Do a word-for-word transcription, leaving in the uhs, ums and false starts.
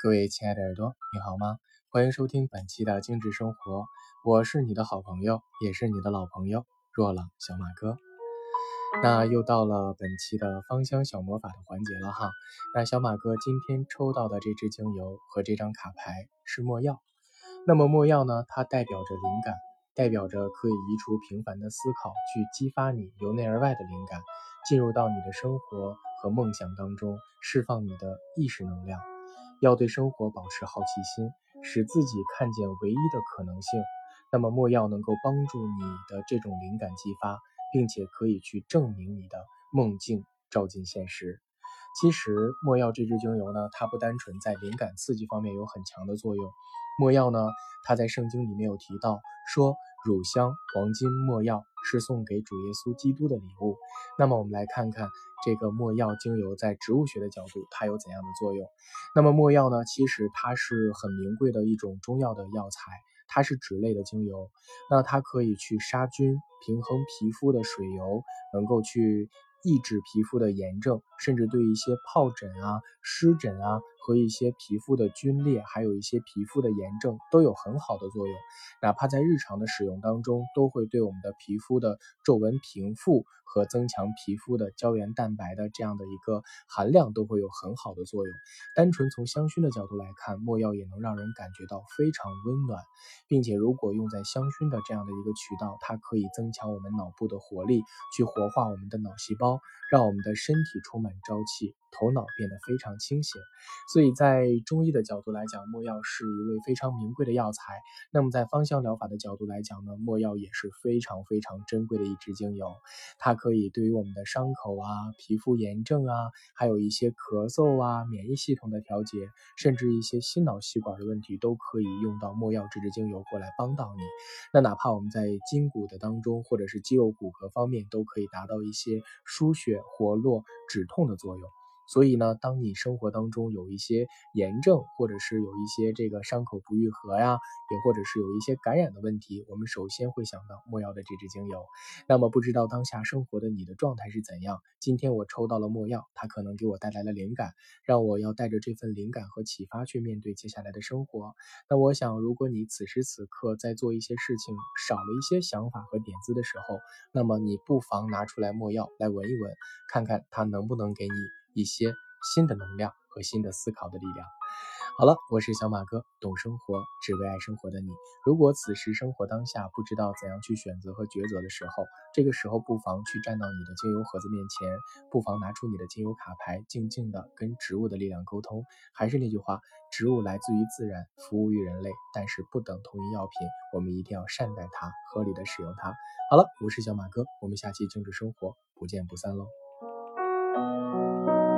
各位亲爱的耳朵，你好吗？欢迎收听本期的精致生活，我是你的好朋友，也是你的老朋友若朗小马哥。那又到了本期的芳香小魔法的环节了哈。那小马哥今天抽到的这支精油和这张卡牌是没药。那么没药呢，它代表着灵感，代表着可以移除平凡的思考，去激发你由内而外的灵感，进入到你的生活和梦想当中，释放你的意识能量。要对生活保持好奇心，使自己看见唯一的可能性。那么没药能够帮助你的这种灵感激发，并且可以去证明你的梦境照进现实。其实没药这支精油呢，它不单纯在灵感刺激方面有很强的作用。没药呢，它在圣经里面有提到说，乳香、黄金、没药是送给主耶稣基督的礼物。那么我们来看看这个没药精油在植物学的角度它有怎样的作用。那么没药呢，其实它是很名贵的一种中药的药材，它是脂类的精油，那它可以去杀菌，平衡皮肤的水油，能够去抑制皮肤的炎症，甚至对一些疱疹啊、湿疹啊和一些皮肤的皲裂，还有一些皮肤的炎症都有很好的作用。哪怕在日常的使用当中，都会对我们的皮肤的皱纹平复和增强皮肤的胶原蛋白的这样的一个含量都会有很好的作用。单纯从香薰的角度来看，没药也能让人感觉到非常温暖，并且如果用在香薰的这样的一个渠道，它可以增强我们脑部的活力，去活化我们的脑细胞，让我们的身体充满朝气，头脑变得非常清醒。所以在中医的角度来讲，没药是一味非常名贵的药材。那么在芳香疗法的角度来讲呢，没药也是非常非常珍贵的一支精油。它可以对于我们的伤口啊、皮肤炎症啊，还有一些咳嗽啊、免疫系统的调节，甚至一些心脑血管的问题，都可以用到没药这支精油过来帮到你。那哪怕我们在筋骨的当中，或者是肌肉骨骼方面，都可以达到一些输血、活络、止痛的作用。所以呢，当你生活当中有一些炎症，或者是有一些这个伤口不愈合呀，也或者是有一些感染的问题，我们首先会想到没药的这支精油。那么不知道当下生活的你的状态是怎样？今天我抽到了没药，它可能给我带来了灵感，让我要带着这份灵感和启发去面对接下来的生活。那我想，如果你此时此刻在做一些事情少了一些想法和点子的时候，那么你不妨拿出来没药来闻一闻，看看它能不能给你一些新的能量和新的思考的力量。好了，我是小马哥，懂生活，只为爱生活的你。如果此时生活当下不知道怎样去选择和抉择的时候，这个时候不妨去站到你的精油盒子面前，不妨拿出你的精油卡牌，静静的跟植物的力量沟通。还是那句话，植物来自于自然，服务于人类，但是不等同于药品，我们一定要善待它，合理的使用它。好了，我是小马哥，我们下期精致生活不见不散喽。